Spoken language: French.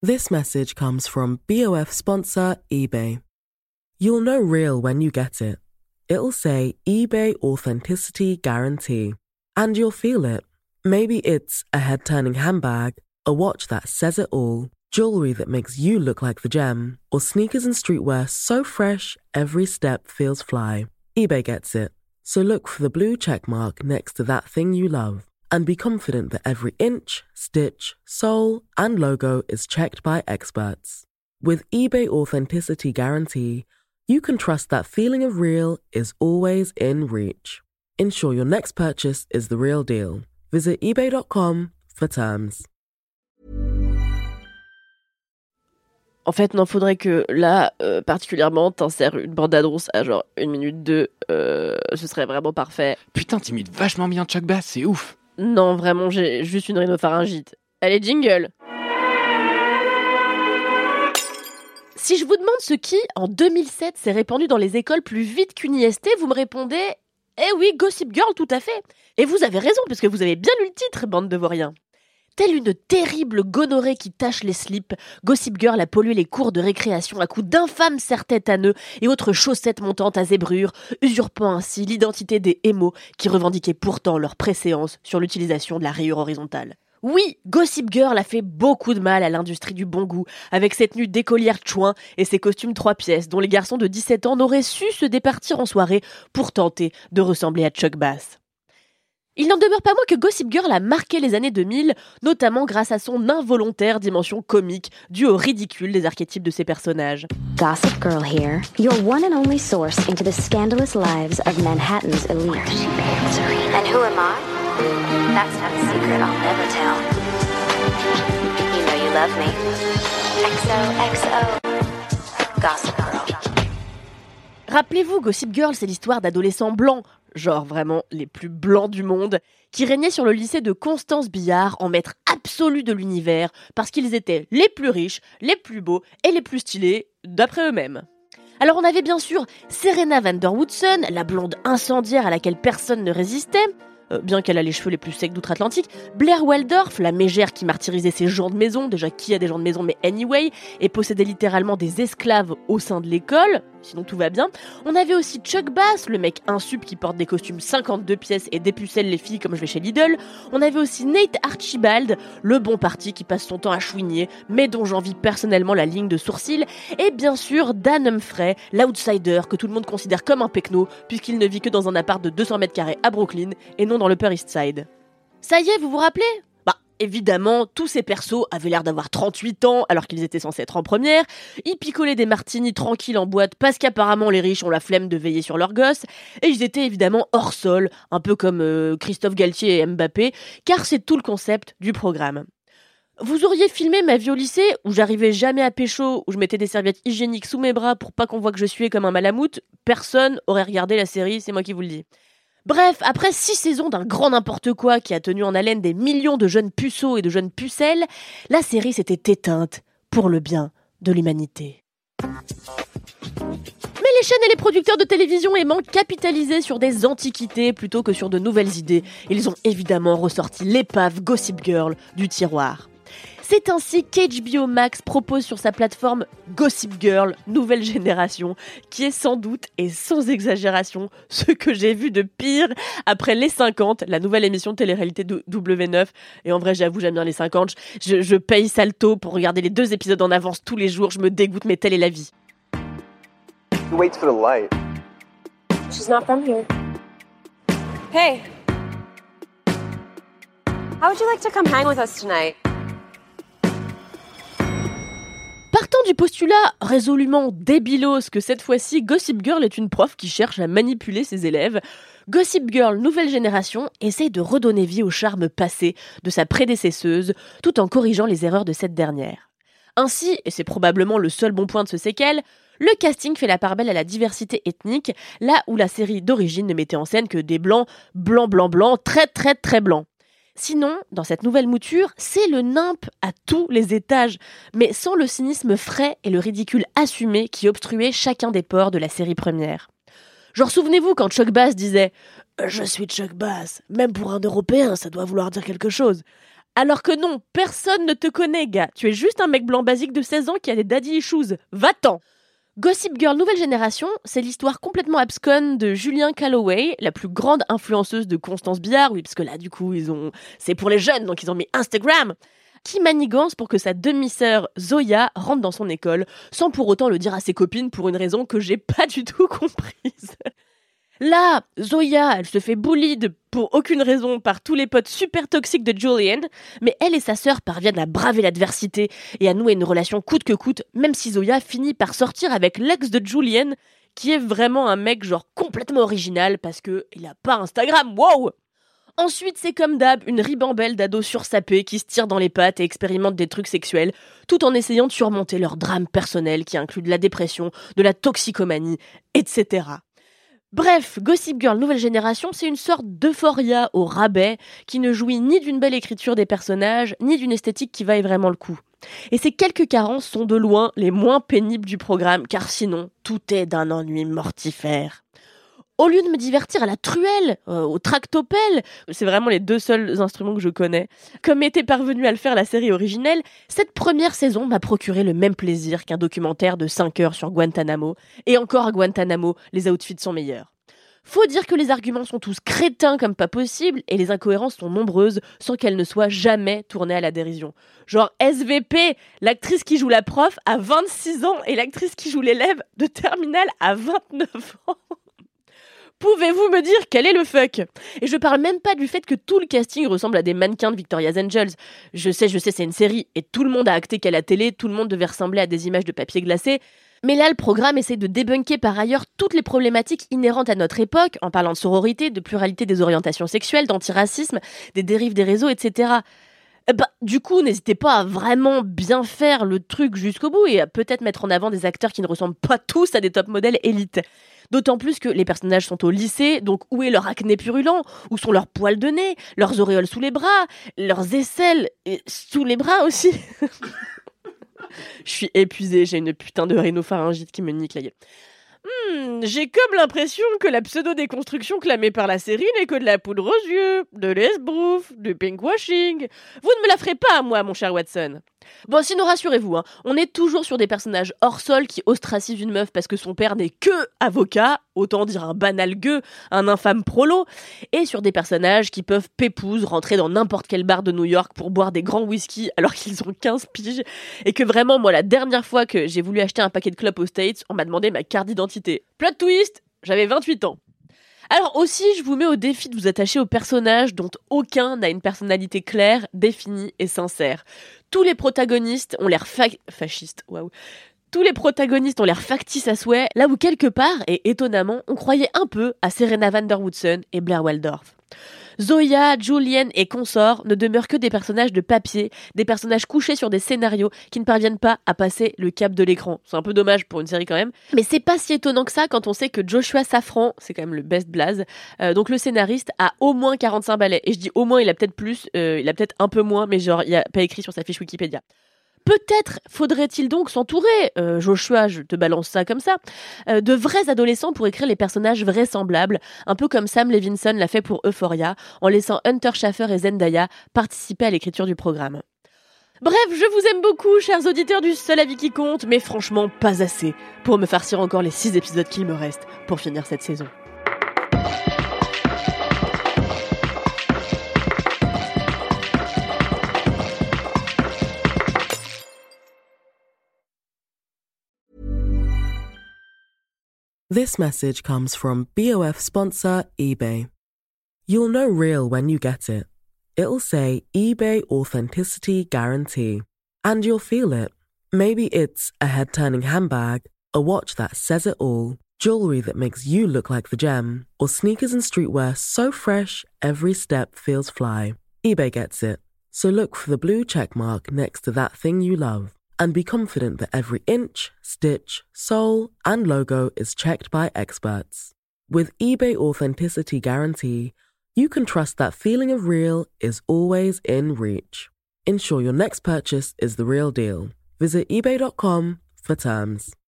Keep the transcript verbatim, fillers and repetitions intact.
This message comes from B O F sponsor eBay. You'll know real when you get it. It'll say eBay Authenticity Guarantee. And you'll feel it. Maybe it's a head-turning handbag, a watch that says it all, jewelry that makes you look like the gem, or sneakers and streetwear so fresh every step feels fly. eBay gets it. So look for the blue check mark next to that thing you love and be confident that every inch, stitch, sole, and logo is checked by experts. With eBay Authenticity Guarantee, you can trust that feeling of real is always in reach. Ensure your next purchase is the real deal. Visit ebay dot com for terms. En fait, non, faudrait que là, euh, particulièrement, t'insères une bande-annonce à genre une minute deux. Euh, ce serait vraiment parfait. Putain, t'imites vachement bien Chuck Bass, c'est ouf. Non, vraiment, j'ai juste une rhinopharyngite. Allez, jingle. Si je vous demande ce qui, en deux mille sept, s'est répandu dans les écoles plus vite qu'une I S T, vous me répondez « Eh oui, Gossip Girl, tout à fait !» Et vous avez raison, parce que vous avez bien lu le titre, bande de vauriens. Telle une terrible gonorrhée qui tache les slips, Gossip Girl a pollué les cours de récréation à coups d'infâmes serre-têtes à nœuds et autres chaussettes montantes à zébrure, usurpant ainsi l'identité des émos qui revendiquaient pourtant leur préséance sur l'utilisation de la rayure horizontale. Oui, Gossip Girl a fait beaucoup de mal à l'industrie du bon goût, avec cette tenue d'écolière chouin et ses costumes trois pièces dont les garçons de dix-sept ans n'auraient su se départir en soirée pour tenter de ressembler à Chuck Bass. Il n'en demeure pas moins que Gossip Girl a marqué les années deux mille, notamment grâce à son involontaire dimension comique, due au ridicule des archétypes de ses personnages. Gossip Girl here, your one and only source into the scandalous lives of Manhattan's elite. And who am I? That's not a secret I'll never tell. You know you love me. X O X O. Gossip Girl. Rappelez-vous, Gossip Girl, c'est l'histoire d'adolescents blancs, genre vraiment les plus blancs du monde, qui régnaient sur le lycée de Constance Billard en maître absolu de l'univers, parce qu'ils étaient les plus riches, les plus beaux et les plus stylés, d'après eux-mêmes. Alors on avait bien sûr Serena van der Woodsen, la blonde incendiaire à laquelle personne ne résistait, euh, bien qu'elle a les cheveux les plus secs d'outre-Atlantique, Blair Waldorf, la mégère qui martyrisait ses gens de maison, déjà qui a des gens de maison mais anyway, et possédait littéralement des esclaves au sein de l'école, sinon tout va bien. On avait aussi Chuck Bass, le mec insup qui porte des costumes cinquante-deux pièces et dépucelle les filles comme je vais chez Lidl. On avait aussi Nate Archibald, le bon parti qui passe son temps à chouigner, mais dont j'envie personnellement la ligne de sourcil. Et bien sûr, Dan Humphrey, l'outsider que tout le monde considère comme un pecno, puisqu'il ne vit que dans un appart de deux cents mètres carrés à Brooklyn, et non dans l'Upper East Side. Ça y est, vous vous rappelez ? Bah, évidemment, tous ces persos avaient l'air d'avoir trente-huit ans alors qu'ils étaient censés être en première. Ils picolaient des martinis tranquilles en boîte parce qu'apparemment les riches ont la flemme de veiller sur leurs gosses. Et ils étaient évidemment hors sol, un peu comme euh, Christophe Galtier et Mbappé, car c'est tout le concept du programme. Vous auriez filmé ma vie au lycée, où j'arrivais jamais à pécho, où je mettais des serviettes hygiéniques sous mes bras pour pas qu'on voit que je suais comme un malamute, personne aurait regardé la série, c'est moi qui vous le dis. Bref, après six saisons d'un grand n'importe quoi qui a tenu en haleine des millions de jeunes puceaux et de jeunes pucelles, la série s'était éteinte pour le bien de l'humanité. Mais les chaînes et les producteurs de télévision aimant capitaliser sur des antiquités plutôt que sur de nouvelles idées, ils ont évidemment ressorti l'épave Gossip Girl du tiroir. C'est ainsi qu'H B O Max propose sur sa plateforme Gossip Girl, nouvelle génération, qui est sans doute et sans exagération ce que j'ai vu de pire après Les cinquante, la nouvelle émission de télé-réalité de W neuf. Et en vrai, j'avoue, j'aime bien Les cinquante. Je, je paye Salto pour regarder les deux épisodes en avance tous les jours. Je me dégoûte, mais telle est la vie. He waits for the light. She's not from here. Hey. How would you like to come hang with us tonight? Partant du postulat résolument débilos que cette fois-ci Gossip Girl est une prof qui cherche à manipuler ses élèves, Gossip Girl nouvelle génération essaye de redonner vie au charme passé de sa prédécesseuse tout en corrigeant les erreurs de cette dernière. Ainsi, et c'est probablement le seul bon point de ce séquel, le casting fait la part belle à la diversité ethnique, là où la série d'origine ne mettait en scène que des blancs, blancs, blancs, blancs, très très très blancs. Sinon, dans cette nouvelle mouture, c'est le nimp à tous les étages, mais sans le cynisme frais et le ridicule assumé qui obstruaient chacun des pores de la série première. Genre, souvenez-vous quand Chuck Bass disait « Je suis Chuck Bass, même pour un Européen, ça doit vouloir dire quelque chose ». Alors que non, personne ne te connaît, gars. Tu es juste un mec blanc basique de seize ans qui a des daddy issues. Va-t'en! Gossip Girl Nouvelle Génération, c'est l'histoire complètement absconne de Julian Calloway, la plus grande influenceuse de Constance Billard, oui, parce que là, du coup, ils ont, c'est pour les jeunes, donc ils ont mis Instagram, qui manigance pour que sa demi-sœur Zoya rentre dans son école, sans pour autant le dire à ses copines pour une raison que j'ai pas du tout comprise. Là, Zoya, elle se fait bully de, pour aucune raison par tous les potes super toxiques de Julian, mais elle et sa sœur parviennent à braver l'adversité et à nouer une relation coûte que coûte, même si Zoya finit par sortir avec l'ex de Julian, qui est vraiment un mec genre complètement original parce que il a pas Instagram, wow! Ensuite, c'est comme d'hab, une ribambelle d'ados sursapés qui se tirent dans les pattes et expérimentent des trucs sexuels, tout en essayant de surmonter leur drame personnel qui inclut de la dépression, de la toxicomanie, et cetera. Bref, Gossip Girl Nouvelle Génération, c'est une sorte d'euphoria au rabais qui ne jouit ni d'une belle écriture des personnages, ni d'une esthétique qui vaille vraiment le coup. Et ces quelques carences sont de loin les moins pénibles du programme, car sinon, tout est d'un ennui mortifère. Au lieu de me divertir à la truelle, euh, au tractopelle, c'est vraiment les deux seuls instruments que je connais, comme était parvenue à le faire la série originelle, cette première saison m'a procuré le même plaisir qu'un documentaire de cinq heures sur Guantanamo. Et encore à Guantanamo, les outfits sont meilleurs. Faut dire que les arguments sont tous crétins comme pas possible et les incohérences sont nombreuses sans qu'elles ne soient jamais tournées à la dérision. Genre S V P, l'actrice qui joue la prof a vingt-six ans et l'actrice qui joue l'élève de terminale a vingt-neuf ans. Pouvez-vous me dire quel est le fuck ? Et je parle même pas du fait que tout le casting ressemble à des mannequins de Victoria's Angels. Je sais, je sais, c'est une série et tout le monde a acté qu'à la télé, tout le monde devait ressembler à des images de papier glacé. Mais là, le programme essaie de débunker par ailleurs toutes les problématiques inhérentes à notre époque, en parlant de sororité, de pluralité des orientations sexuelles, d'antiracisme, des dérives des réseaux, et cetera. Bah, du coup, n'hésitez pas à vraiment bien faire le truc jusqu'au bout et à peut-être mettre en avant des acteurs qui ne ressemblent pas tous à des top modèles élites. D'autant plus que les personnages sont au lycée, donc où est leur acné purulent ? Où sont leurs poils de nez ? Leurs auréoles sous les bras ? Leurs aisselles et sous les bras aussi ? Je suis épuisée, j'ai une putain de rhinopharyngite qui me nique la gueule. Hmm, j'ai comme l'impression que la pseudo-déconstruction clamée par la série n'est que de la poudre aux yeux, de l'esbrouf, du pinkwashing. Vous ne me la ferez pas à moi, mon cher Watson. Bon, sinon rassurez-vous, hein, on est toujours sur des personnages hors sol qui ostracisent une meuf parce que son père n'est que avocat, autant dire un banal gueux, un infâme prolo, et sur des personnages qui peuvent pépouze rentrer dans n'importe quel bar de New York pour boire des grands whisky alors qu'ils ont quinze piges, et que vraiment, moi, la dernière fois que j'ai voulu acheter un paquet de clopes aux States, on m'a demandé ma carte d'identité. Plot twist, j'avais vingt-huit ans. Alors aussi, je vous mets au défi de vous attacher aux personnages dont aucun n'a une personnalité claire, définie et sincère. Tous les protagonistes ont l'air fa- fascistes, waouh. Tous les protagonistes ont l'air factices à souhait, là où quelque part, et étonnamment, on croyait un peu à Serena van der Woodsen et Blair Waldorf. Zoya, Julian et consorts ne demeurent que des personnages de papier, des personnages couchés sur des scénarios qui ne parviennent pas à passer le cap de l'écran. C'est un peu dommage pour une série quand même, mais c'est pas si étonnant que ça quand on sait que Joshua Safran, c'est quand même le best blaze, euh, donc le scénariste, a au moins quarante-cinq balais. Et je dis au moins, il a peut-être plus, euh, il a peut-être un peu moins, mais genre, il a pas écrit sur sa fiche Wikipédia. Peut-être faudrait-il donc s'entourer, euh, Joshua, je te balance ça comme ça, euh, de vrais adolescents pour écrire les personnages vraisemblables, un peu comme Sam Levinson l'a fait pour Euphoria, en laissant Hunter Schafer et Zendaya participer à l'écriture du programme. Bref, je vous aime beaucoup, chers auditeurs du Seul Avis qui compte, mais franchement pas assez pour me farcir encore les six épisodes qu'il me reste pour finir cette saison. This message comes from B O F sponsor eBay. You'll know real when you get it. It'll say eBay Authenticity Guarantee. And you'll feel it. Maybe it's a head-turning handbag, a watch that says it all, jewelry that makes you look like the gem, or sneakers and streetwear so fresh every step feels fly. eBay gets it. So look for the blue check mark next to that thing you love. And be confident that every inch, stitch, sole, and logo is checked by experts. With eBay Authenticity Guarantee, you can trust that feeling of real is always in reach. Ensure your next purchase is the real deal. Visit ebay dot com for terms.